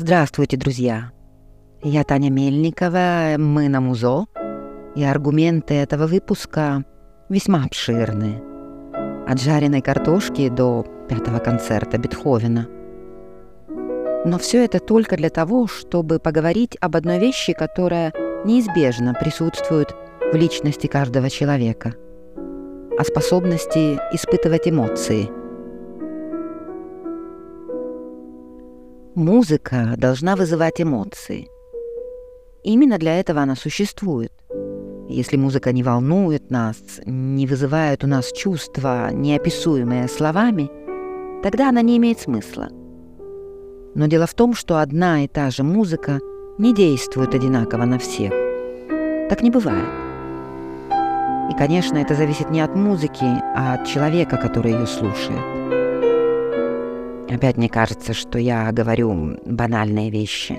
Здравствуйте, друзья! Я Таня Мельникова, мы на Музо, и аргументы этого выпуска весьма обширны. От жареной картошки до 5-го концерта Бетховена. Но все это только для того, чтобы поговорить об одной вещи, которая неизбежно присутствует в личности каждого человека. О способности испытывать эмоции. Музыка должна вызывать эмоции. Именно для этого она существует. Если музыка не волнует нас, не вызывает у нас чувства, неописуемые словами, тогда она не имеет смысла. Но дело в том, что одна и та же музыка не действует одинаково на всех. Так не бывает. И, конечно, это зависит не от музыки, а от человека, который ее слушает. Опять мне кажется, что я говорю банальные вещи.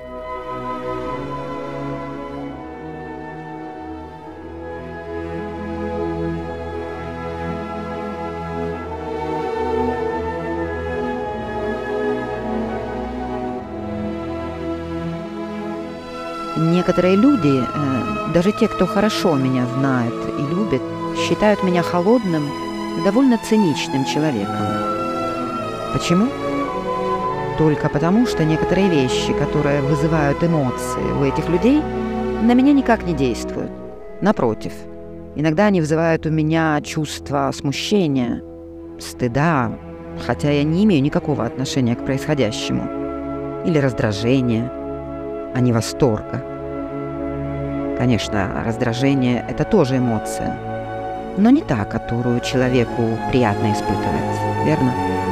Некоторые люди, даже те, кто хорошо меня знает и любит, считают меня холодным и довольно циничным человеком. Почему? Только потому, что некоторые вещи, которые вызывают эмоции у этих людей, на меня никак не действуют. Напротив, иногда они вызывают у меня чувство смущения, стыда, хотя я не имею никакого отношения к происходящему, или раздражения, а не восторга. Конечно, раздражение – это тоже эмоция, но не та, которую человеку приятно испытывать, верно?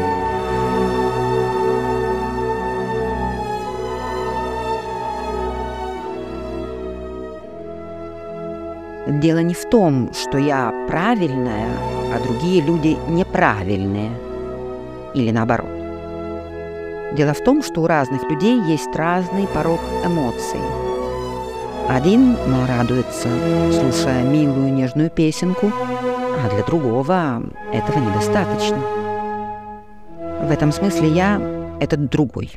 Дело не в том, что я правильная, а другие люди неправильные, или наоборот. Дело в том, что у разных людей есть разный порог эмоций. Один радуется, слушая милую нежную песенку, а для другого этого недостаточно. В этом смысле я – этот другой.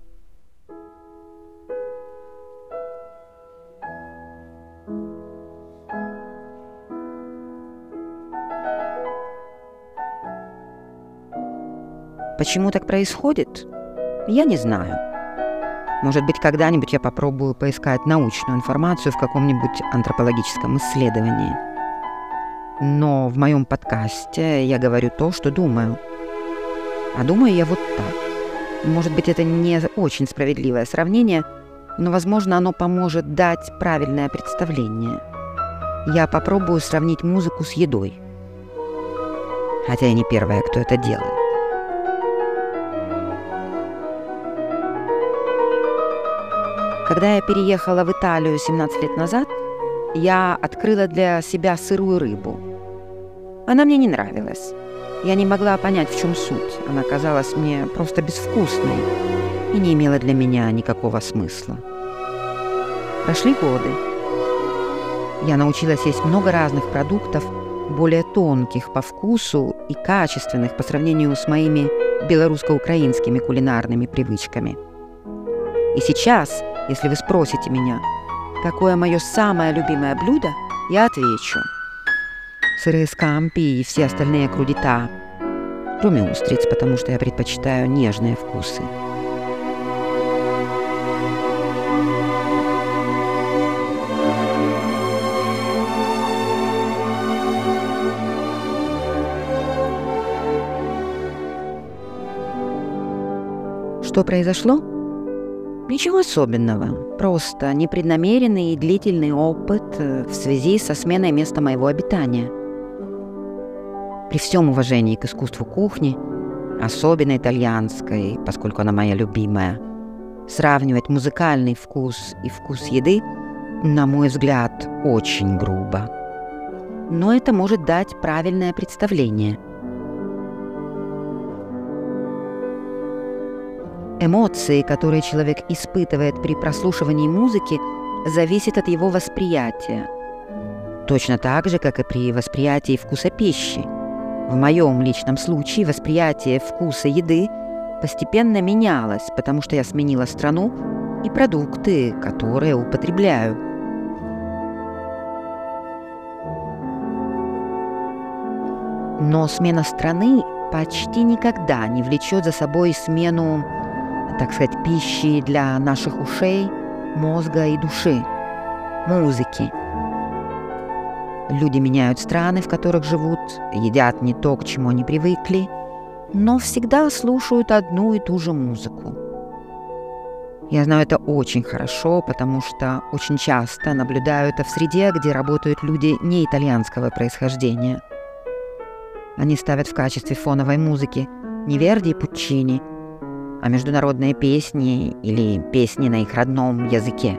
Почему так происходит? Я не знаю. Может быть, когда-нибудь я попробую поискать научную информацию в каком-нибудь антропологическом исследовании. Но в моем подкасте я говорю то, что думаю. А думаю я вот так. Может быть, это не очень справедливое сравнение, но, возможно, оно поможет дать правильное представление. Я попробую сравнить музыку с едой. Хотя я не первая, кто это делает. Когда я переехала в Италию 17 лет назад, я открыла для себя сырую рыбу. Она мне не нравилась. Я не могла понять, в чем суть. Она казалась мне просто безвкусной и не имела для меня никакого смысла. Прошли годы. Я научилась есть много разных продуктов, более тонких по вкусу и качественных по сравнению с моими белорусско-украинскими кулинарными привычками. И сейчас, если вы спросите меня, какое мое самое любимое блюдо, я отвечу: сырые скампи и все остальные крудита, кроме устриц, потому что я предпочитаю нежные вкусы. Что произошло? Ничего особенного, просто непреднамеренный и длительный опыт в связи со сменой места моего обитания. При всем уважении к искусству кухни, особенно итальянской, поскольку она моя любимая, сравнивать музыкальный вкус и вкус еды, на мой взгляд, очень грубо. Но это может дать правильное представление. Эмоции, которые человек испытывает при прослушивании музыки, зависят от его восприятия. Точно так же, как и при восприятии вкуса пищи. В моем личном случае восприятие вкуса еды постепенно менялось, потому что я сменила страну и продукты, которые употребляю. Но смена страны почти никогда не влечет за собой смену, так сказать, пищи для наших ушей, мозга и души, музыки. Люди меняют страны, в которых живут, едят не то, к чему они привыкли, но всегда слушают одну и ту же музыку. Я знаю это очень хорошо, потому что очень часто наблюдаю это в среде, где работают люди не итальянского происхождения. Они ставят в качестве фоновой музыки не Верди и Пуччини, а международные песни или песни на их родном языке.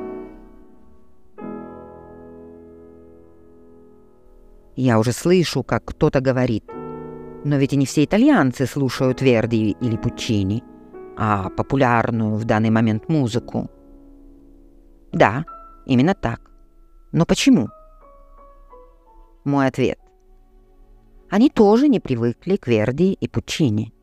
Я уже слышу, как кто-то говорит: но ведь и не все итальянцы слушают Верди или Пуччини, а популярную в данный момент музыку. Да, именно так. Но почему? Мой ответ: они тоже не привыкли к Верди и Пуччини.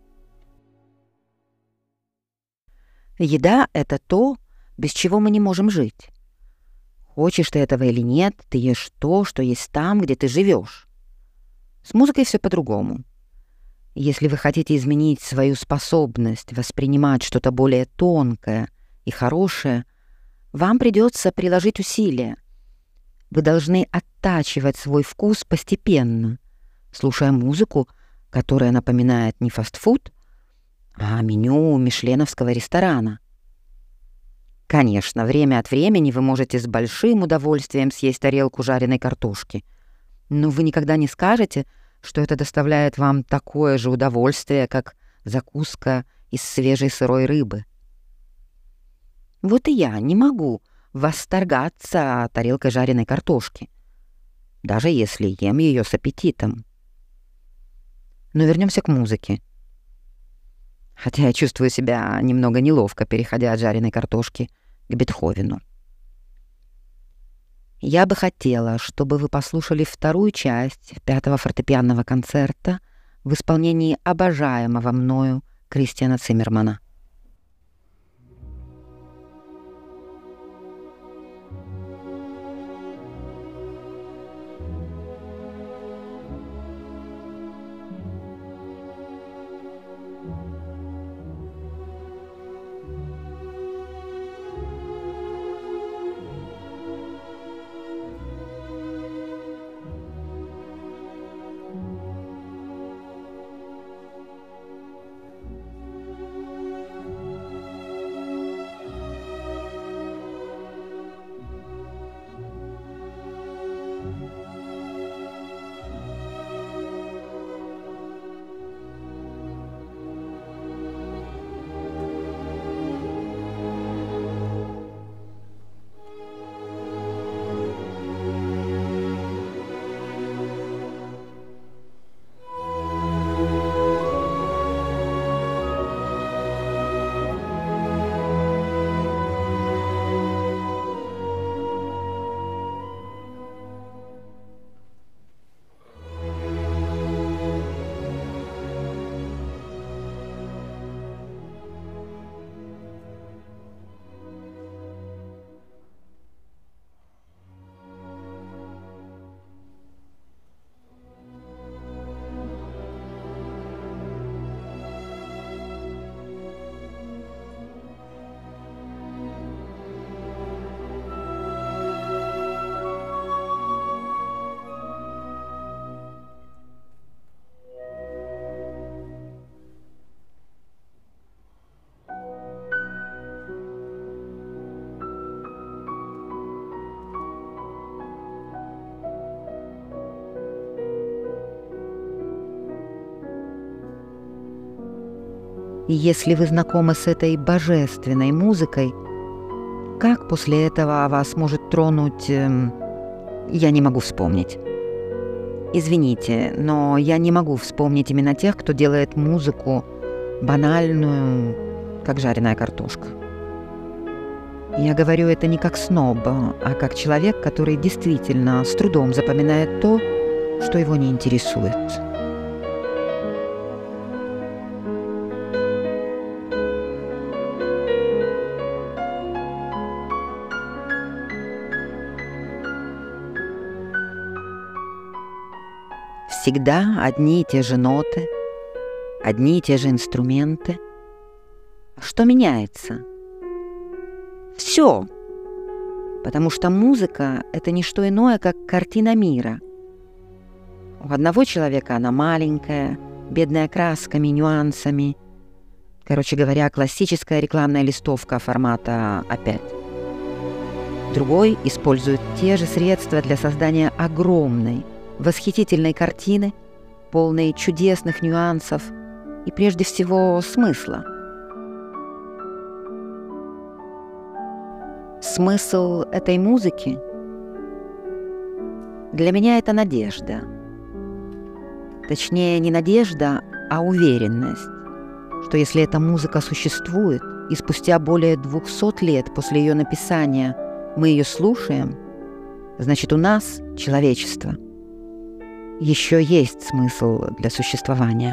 Еда — это то, без чего мы не можем жить. Хочешь ты этого или нет, ты ешь то, что есть там, где ты живешь. С музыкой все по-другому. Если вы хотите изменить свою способность воспринимать что-то более тонкое и хорошее, вам придется приложить усилия. Вы должны оттачивать свой вкус постепенно, слушая музыку, которая напоминает не фастфуд, а меню мишленовского ресторана. Конечно, время от времени вы можете с большим удовольствием съесть тарелку жареной картошки, но вы никогда не скажете, что это доставляет вам такое же удовольствие, как закуска из свежей сырой рыбы. Вот и я не могу восторгаться тарелкой жареной картошки, даже если ем ее с аппетитом. Но вернемся к музыке. Хотя я чувствую себя немного неловко, переходя от жареной картошки к Бетховену. Я бы хотела, чтобы вы послушали вторую часть 5-го фортепианного концерта в исполнении обожаемого мною Кристиана Циммермана. И если вы знакомы с этой божественной музыкой, как после этого вас может тронуть... я не могу вспомнить. Извините, но я не могу вспомнить именно тех, кто делает музыку банальную, как жареная картошка. Я говорю это не как сноб, а как человек, который действительно с трудом запоминает то, что его не интересует. всегда одни и те же ноты, одни и те же инструменты. А что меняется? Все. Потому что музыка — это не что иное, как картина мира. У одного человека она маленькая, бедная красками, нюансами. Короче говоря, классическая рекламная листовка формата А5. Другой использует те же средства для создания огромной, восхитительной картины, полной чудесных нюансов и, прежде всего, смысла. Смысл этой музыки для меня — это надежда. Точнее, не надежда, а уверенность, что если эта музыка существует, и спустя более 200 лет после ее написания мы ее слушаем, значит, у нас, человечество, еще есть смысл для существования.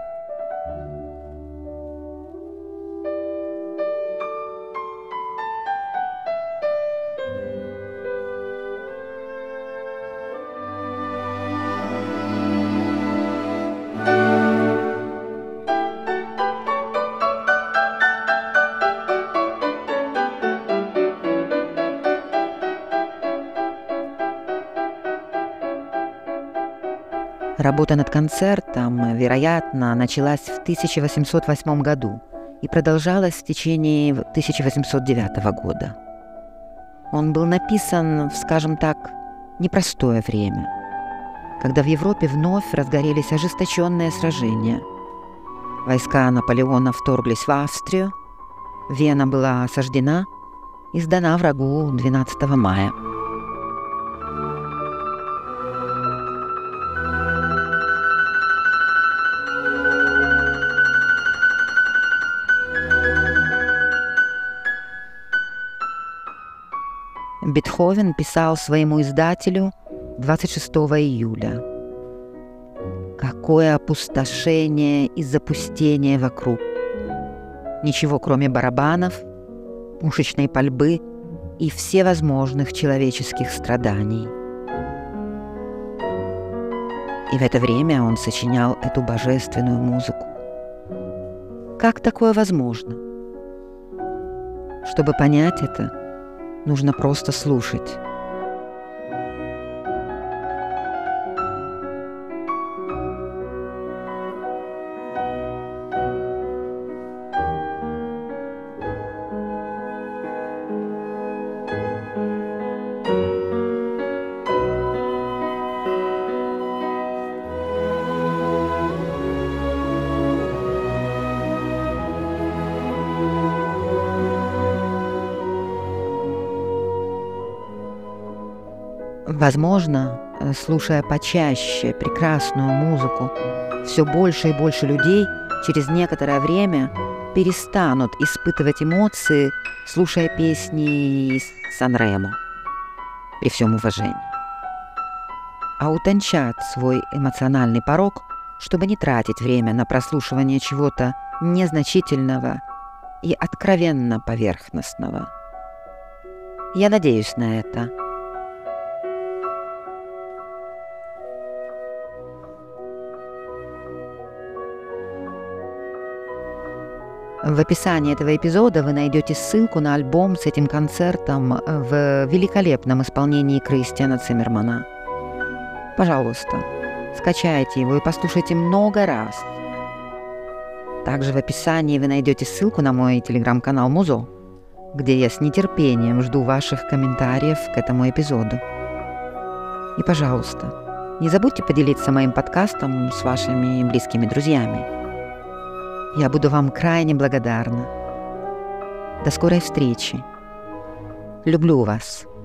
Работа над концертом, вероятно, началась в 1808 году и продолжалась в течение 1809 года. Он был написан в, скажем так, непростое время, когда в Европе вновь разгорелись ожесточенные сражения. Войска Наполеона вторглись в Австрию, Вена была осаждена и сдана врагу 12 мая. Бетховен писал своему издателю 26 июля. Какое опустошение и запустение вокруг. Ничего, кроме барабанов, пушечной пальбы и всевозможных человеческих страданий. И в это время он сочинял эту божественную музыку. Как такое возможно? Чтобы понять это, нужно просто слушать. Возможно, слушая почаще прекрасную музыку, все больше и больше людей через некоторое время перестанут испытывать эмоции, слушая песни из Сан-Ремо, при всем уважении, а утончат свой эмоциональный порог, чтобы не тратить время на прослушивание чего-то незначительного и откровенно поверхностного. Я надеюсь на это. В описании этого эпизода вы найдете ссылку на альбом с этим концертом в великолепном исполнении Кристиана Циммермана. Пожалуйста, скачайте его и послушайте много раз. Также в описании вы найдете ссылку на мой телеграм-канал Музо, где я с нетерпением жду ваших комментариев к этому эпизоду. И, пожалуйста, не забудьте поделиться моим подкастом с вашими близкими друзьями. Я буду вам крайне благодарна. До скорой встречи. Люблю вас.